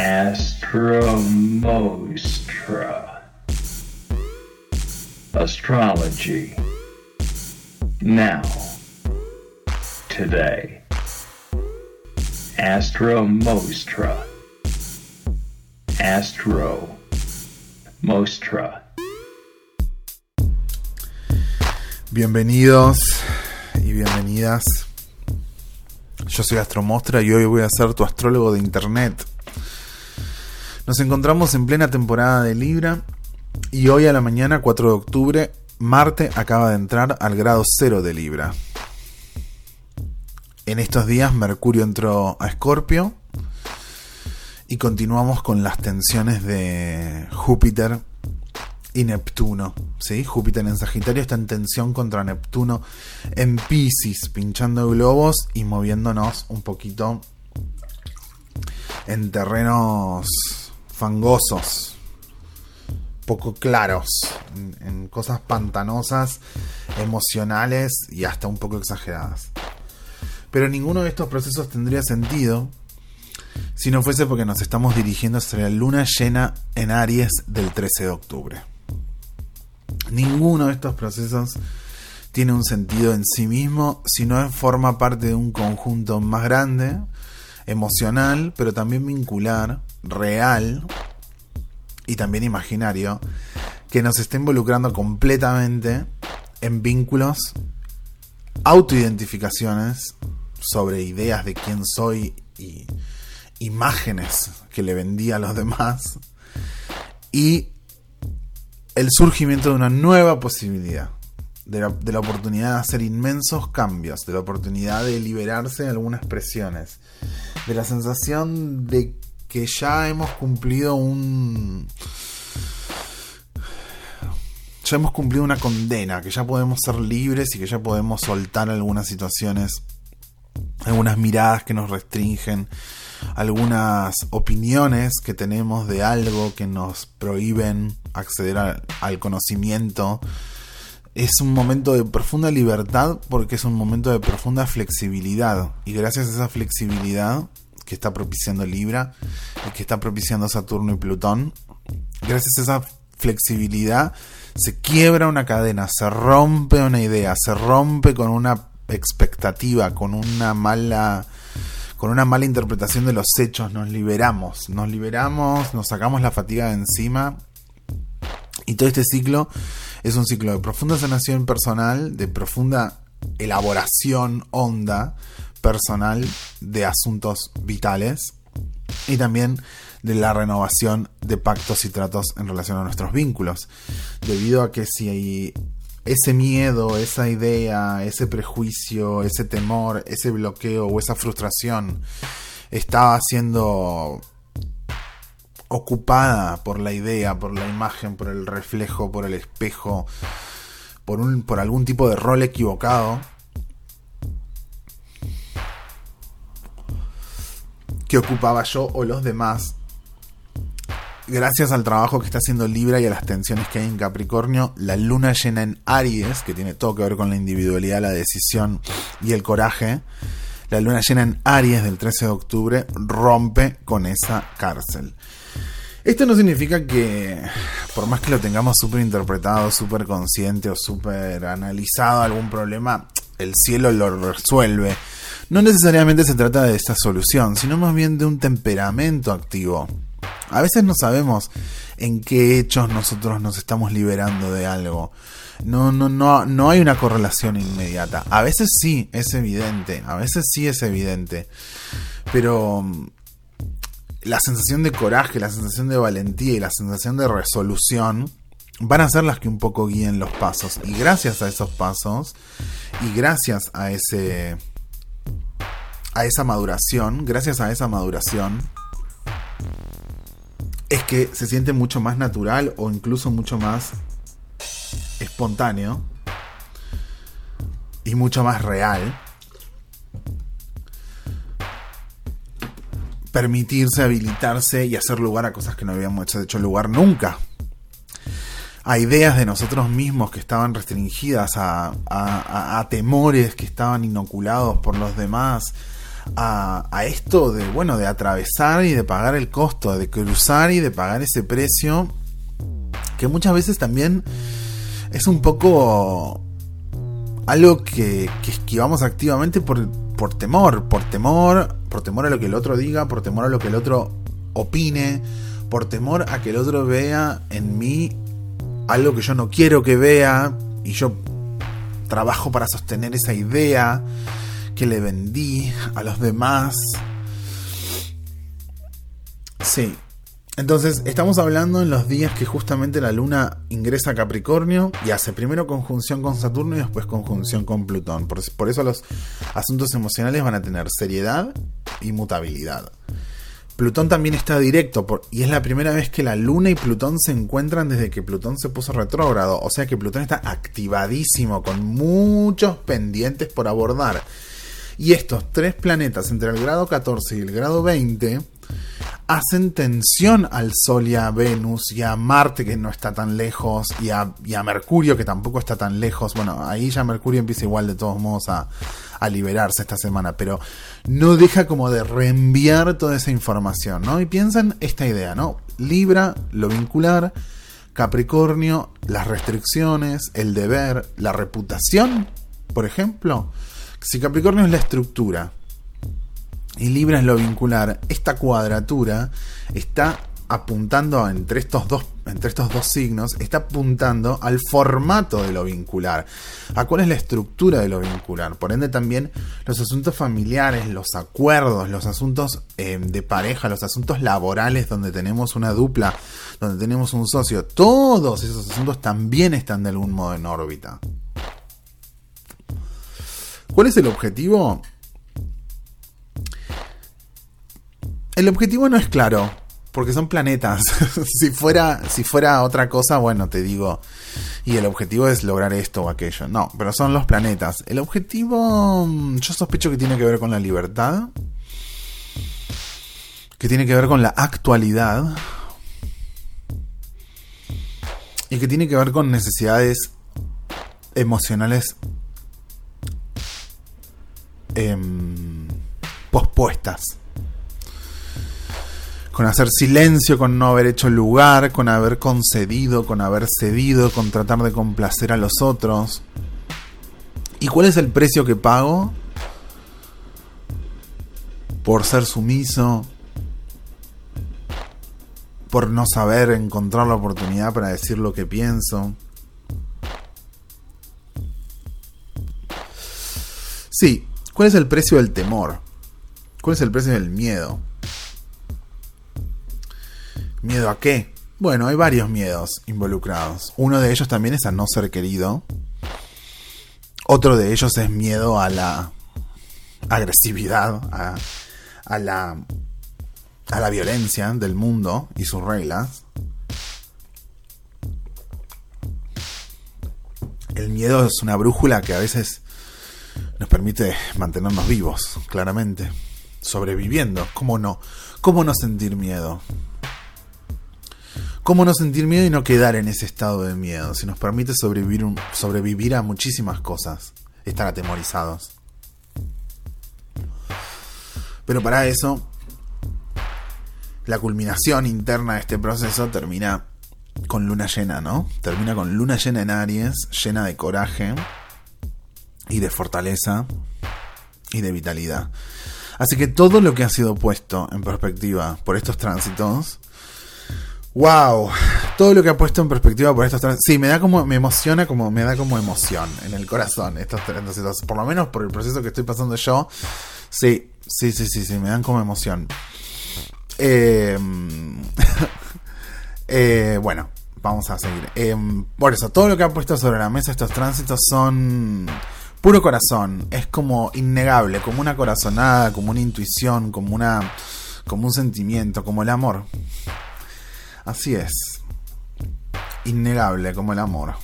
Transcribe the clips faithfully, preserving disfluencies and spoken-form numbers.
Astra Mostra. Astrology. Now. Today. Astro Mostra. Astro Mostra. Bienvenidos y bienvenidas. Yo soy Astro Mostra y hoy voy a ser tu astrólogo de internet. Nos encontramos en plena temporada de Libra y hoy a la mañana, cuatro de octubre, Marte acaba de entrar al grado cero de Libra. En estos días Mercurio entró a Escorpio y continuamos con las tensiones de Júpiter y Neptuno, ¿sí? Júpiter en Sagitario está en tensión contra Neptuno en Piscis, pinchando globos y moviéndonos un poquito en terrenos fangosos, poco claros, en, en cosas pantanosas, emocionales y hasta un poco exageradas. Pero ninguno de estos procesos tendría sentido si no fuese porque nos estamos dirigiendo hacia la luna llena en Aries del trece de octubre. Ninguno de estos procesos tiene un sentido en sí mismo, sino forma parte de un conjunto más grande, emocional, pero también vincular, real y también imaginario, que nos está involucrando completamente en vínculos, autoidentificaciones sobre ideas de quién soy y imágenes que le vendí a los demás y el surgimiento de una nueva posibilidad, de la, de la oportunidad de hacer inmensos cambios, de la oportunidad de liberarse de algunas presiones, de la sensación de que ya hemos cumplido un... ya hemos cumplido una condena, que ya podemos ser libres y que ya podemos soltar algunas situaciones, algunas miradas que nos restringen, algunas opiniones que tenemos de algo que nos prohíben acceder a, al conocimiento. Es un momento de profunda libertad porque es un momento de profunda flexibilidad, y gracias a esa flexibilidad que está propiciando Libra y que está propiciando Saturno y Plutón, gracias a esa flexibilidad se quiebra una cadena, se rompe una idea, se rompe con una expectativa, con una mala con una mala interpretación de los hechos, nos liberamos, nos liberamos, nos sacamos la fatiga de encima, y todo este ciclo es un ciclo de profunda sanación personal, de profunda elaboración honda personal de asuntos vitales y también de la renovación de pactos y tratos en relación a nuestros vínculos, debido a que si hay ese miedo, esa idea, ese prejuicio, ese temor, ese bloqueo o esa frustración estaba siendo ocupada por la idea, por la imagen, por el reflejo, por el espejo, por un, por algún tipo de rol equivocado que ocupaba yo o los demás. Gracias al trabajo que está haciendo Libra y a las tensiones que hay en Capricornio, la luna llena en Aries, que tiene todo que ver con la individualidad, la decisión y el coraje, la luna llena en Aries del trece de octubre rompe con esa cárcel. Esto no significa que, por más que lo tengamos súper interpretado, súper consciente o súper analizado algún problema, el cielo lo resuelve. No necesariamente se trata de esta solución, sino más bien de un temperamento activo. A veces no sabemos en qué hechos nosotros nos estamos liberando de algo. No, no, no, no hay una correlación inmediata. A veces sí, es evidente. A veces sí es evidente. Pero la sensación de coraje, la sensación de valentía y la sensación de resolución van a ser las que un poco guíen los pasos. Y gracias a esos pasos y gracias a ese a esa maduración, gracias a esa maduración es que se siente mucho más natural o incluso mucho más espontáneo y mucho más real permitirse, habilitarse y hacer lugar a cosas que no habíamos hecho lugar nunca. A ideas de nosotros mismos que estaban restringidas, a, a, a, a temores que estaban inoculados por los demás, a, a esto de, bueno, de atravesar y de pagar el costo, de cruzar y de pagar ese precio, que muchas veces también es un poco algo que, que esquivamos activamente por, por temor, por temor, por temor a lo que el otro diga, por temor a lo que el otro opine, por temor a que el otro vea en mí algo que yo no quiero que vea, y yo trabajo para sostener esa idea que le vendí a los demás. Sí. Entonces, estamos hablando en los días que justamente la luna ingresa a Capricornio y hace primero conjunción con Saturno y después conjunción con Plutón. Por, por eso los asuntos emocionales van a tener seriedad y mutabilidad. Plutón también está directo por, y es la primera vez que la luna y Plutón se encuentran desde que Plutón se puso retrógrado. O sea que Plutón está activadísimo, con muchos pendientes por abordar. Y estos tres planetas entre el grado catorce y el grado veinte hacen tensión al Sol y a Venus y a Marte, que no está tan lejos, y a, y a Mercurio, que tampoco está tan lejos. Bueno, ahí ya Mercurio empieza igual de todos modos a, a liberarse esta semana, pero no deja como de reenviar toda esa información, ¿no? Y piensan esta idea, ¿no? Libra, lo vincular; Capricornio, las restricciones, el deber, la reputación, por ejemplo. Si Capricornio es la estructura y Libra es lo vincular, esta cuadratura está apuntando entre estos dos, entre estos dos signos, está apuntando al formato de lo vincular, a cuál es la estructura de lo vincular. Por ende también los asuntos familiares, los acuerdos, los asuntos eh, de pareja, los asuntos laborales donde tenemos una dupla, donde tenemos un socio, todos esos asuntos también están de algún modo en órbita. ¿Cuál es el objetivo? El objetivo no es claro, porque son planetas. si fuera, si fuera otra cosa, bueno, te digo, y el objetivo es lograr esto o aquello. No, pero son los planetas. El objetivo, yo sospecho que tiene que ver con la libertad, que tiene que ver con la actualidad, y que tiene que ver con necesidades emocionales eh, pospuestas. Con hacer silencio, con no haber hecho lugar, con haber concedido, con haber cedido, con tratar de complacer a los otros. ¿Y cuál es el precio que pago? Por ser sumiso, por no saber encontrar la oportunidad para decir lo que pienso. Sí, ¿cuál es el precio del temor? ¿Cuál es el precio del miedo? ¿Miedo a qué? Bueno, hay varios miedos involucrados. Uno de ellos también es a no ser querido. Otro de ellos es miedo a la agresividad, a, a la a la violencia del mundo y sus reglas. El miedo es una brújula que a veces nos permite mantenernos vivos, claramente, sobreviviendo. ¿Cómo no? ¿Cómo no sentir miedo? ¿Cómo no sentir miedo y no quedar en ese estado de miedo? Si nos permite sobrevivir, un, sobrevivir a muchísimas cosas, estar atemorizados. Pero para eso, la culminación interna de este proceso termina con luna llena, ¿no? Termina con luna llena en Aries, llena de coraje y de fortaleza y de vitalidad. Así que todo lo que ha sido puesto en perspectiva por estos tránsitos, wow, todo lo que ha puesto en perspectiva por estos tránsitos, sí, me da como, me emociona, como me da como emoción en el corazón estos tránsitos, por lo menos por el proceso que estoy pasando yo. Sí, sí, sí, sí, sí, me dan como emoción. Eh, eh, bueno, vamos a seguir. Eh, por eso, todo lo que ha puesto sobre la mesa estos tránsitos son puro corazón. Es como innegable, como una corazonada, como una intuición, como una, como un sentimiento, como el amor. Así es. Innegable, como el amor.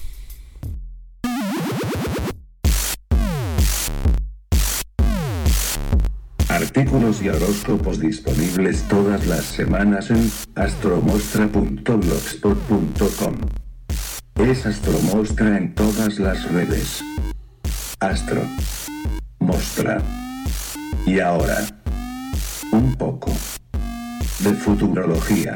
Artículos y horóscopos disponibles todas las semanas en astromostra punto blogspot punto com. Es Astromostra en todas las redes. Astro Mostra. Y ahora, Un poco de futurología.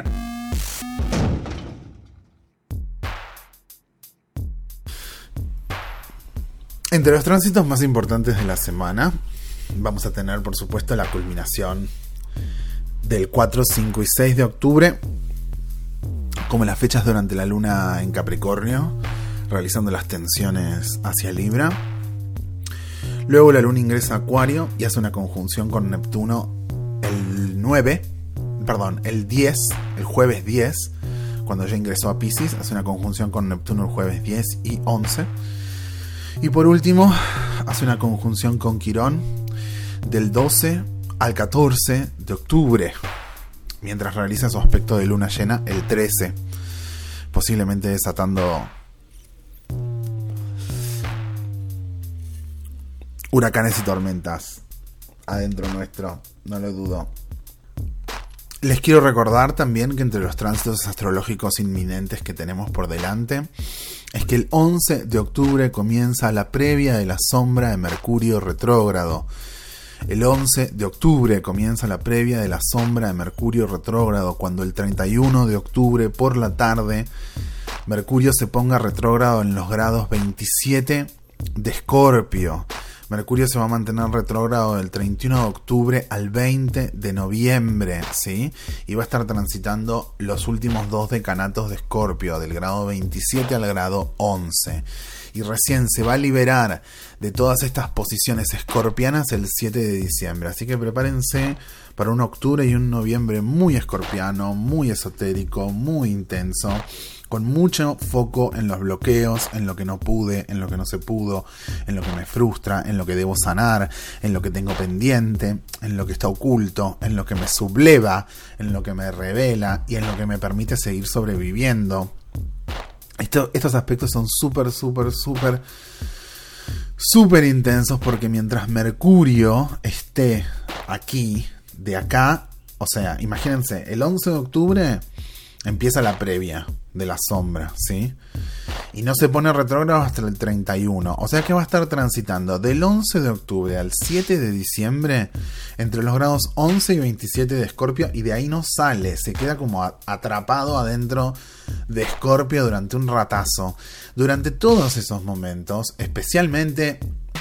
Entre los tránsitos más importantes de la semana vamos a tener, por supuesto, la culminación del cuatro, cinco y seis de octubre, como las fechas durante la luna en Capricornio, realizando las tensiones hacia Libra. Luego la luna ingresa a Acuario y hace una conjunción con Neptuno el nueve, perdón, el diez, el jueves diez, cuando ya ingresó a Piscis, hace una conjunción con Neptuno el jueves diez y once. Y por último, hace una conjunción con Quirón del doce al catorce de octubre, mientras realiza su aspecto de luna llena el trece, posiblemente desatando huracanes y tormentas adentro nuestro, no lo dudo. Les quiero recordar también que entre los tránsitos astrológicos inminentes que tenemos por delante es que el once de octubre comienza la previa de la sombra de Mercurio retrógrado. El once de octubre comienza la previa de la sombra de Mercurio retrógrado, cuando el treinta y uno de octubre por la tarde Mercurio se ponga retrógrado en los grados veintisiete de Escorpio. Mercurio se va a mantener retrógrado del treinta y uno de octubre al veinte de noviembre, ¿sí? Y va a estar transitando los últimos dos decanatos de Escorpio, del grado veintisiete al grado once. Y recién se va a liberar de todas estas posiciones escorpianas el siete de diciembre. Así que prepárense para un octubre y un noviembre muy escorpiano, muy esotérico, muy intenso, con mucho foco en los bloqueos, en lo que no pude, en lo que no se pudo, en lo que me frustra, en lo que debo sanar, en lo que tengo pendiente, en lo que está oculto, en lo que me subleva, en lo que me revela y en lo que me permite seguir sobreviviendo. Esto, estos aspectos son súper, súper, súper, súper intensos, porque mientras Mercurio esté aquí, de acá, o sea, imagínense, el once de octubre empieza la previa de la sombra, ¿sí? Y no se pone retrógrado hasta el treinta y uno. O sea que va a estar transitando del once de octubre al siete de diciembre entre los grados once y veintisiete de Escorpio, y de ahí no sale, se queda como atrapado adentro de Escorpio durante un ratazo. Durante todos esos momentos, especialmente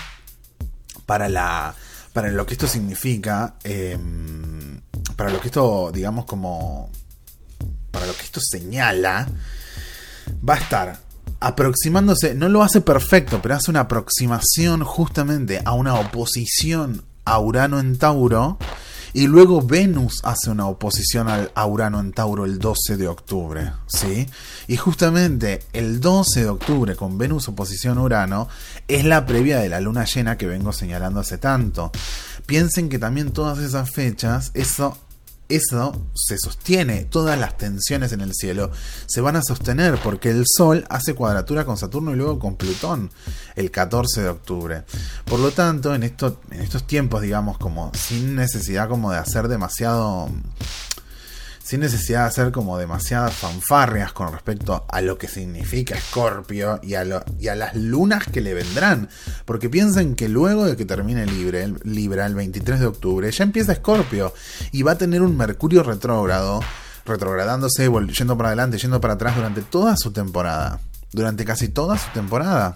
para la para lo que esto significa, eh, para lo que esto, digamos, como para lo que esto señala, va a estar aproximándose, no lo hace perfecto, pero hace una aproximación justamente a una oposición a Urano en Tauro, y luego Venus hace una oposición al, a Urano en Tauro el doce de octubre, ¿sí? Y justamente el doce de octubre, con Venus oposición a Urano, es la previa de la luna llena que vengo señalando hace tanto. Piensen que también todas esas fechas, eso... Eso se sostiene, todas las tensiones en el cielo se van a sostener, porque el Sol hace cuadratura con Saturno y luego con Plutón el catorce de octubre. Por lo tanto, en, esto, en estos tiempos, digamos, como sin necesidad como de hacer demasiado... sin necesidad de hacer como demasiadas fanfarrias con respecto a lo que significa Escorpio y a, lo, y a las lunas que le vendrán. Porque piensen que luego de que termine Libra, el, Libra, el veintitrés de octubre, ya empieza Escorpio y va a tener un Mercurio retrógrado, retrogradándose, yendo para adelante, yendo para atrás durante toda su temporada. Durante casi toda su temporada.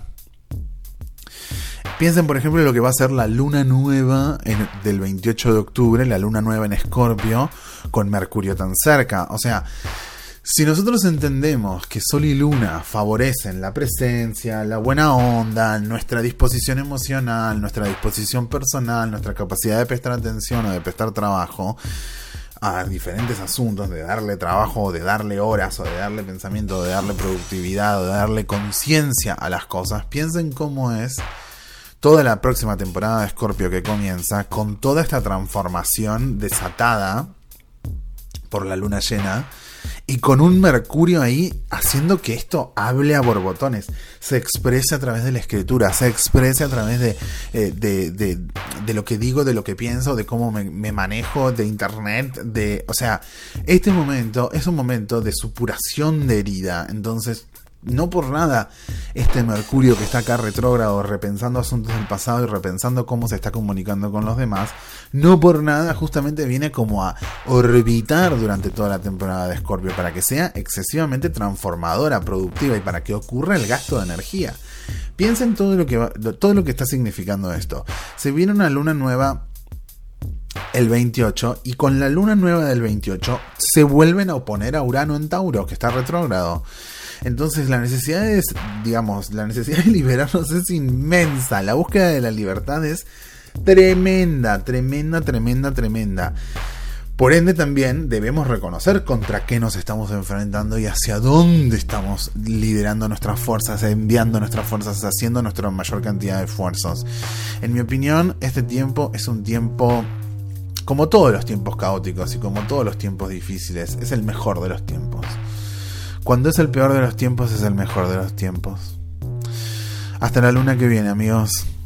Piensen, por ejemplo, en lo que va a ser la luna nueva en, del veintiocho de octubre, la luna nueva en Escorpio, con Mercurio tan cerca. O sea, si nosotros entendemos que Sol y Luna favorecen la presencia, la buena onda, nuestra disposición emocional, nuestra disposición personal, nuestra capacidad de prestar atención o de prestar trabajo a diferentes asuntos, de darle trabajo, de darle horas, o de darle pensamiento, de darle productividad, o de darle conciencia a las cosas, piensen cómo es toda la próxima temporada de Escorpio que comienza con toda esta transformación desatada por la luna llena y con un Mercurio ahí haciendo que esto hable a borbotones, se exprese a través de la escritura, se exprese a través de, eh, de, de, de lo que digo, de lo que pienso, de cómo me, me manejo, de internet, de, o sea, este momento es un momento de supuración de herida. Entonces no por nada este Mercurio que está acá retrógrado, repensando asuntos del pasado y repensando cómo se está comunicando con los demás, no por nada justamente viene como a orbitar durante toda la temporada de Escorpio para que sea excesivamente transformadora, productiva y para que ocurra el gasto de energía. Piensen todo lo que va, todo lo que está significando esto. Se viene una luna nueva el veintiocho y con la luna nueva del veintiocho se vuelven a oponer a Urano en Tauro, que está retrógrado. Entonces la necesidad es, digamos, la necesidad de liberarnos es inmensa. La búsqueda de la libertad es tremenda, tremenda, tremenda, tremenda. Por ende también debemos reconocer contra qué nos estamos enfrentando y hacia dónde estamos liderando nuestras fuerzas, enviando nuestras fuerzas, haciendo nuestra mayor cantidad de esfuerzos. En mi opinión, este tiempo es un tiempo, como todos los tiempos caóticos y como todos los tiempos difíciles, es el mejor de los tiempos. Cuando es el peor de los tiempos, es el mejor de los tiempos. Hasta la luna que viene, amigos.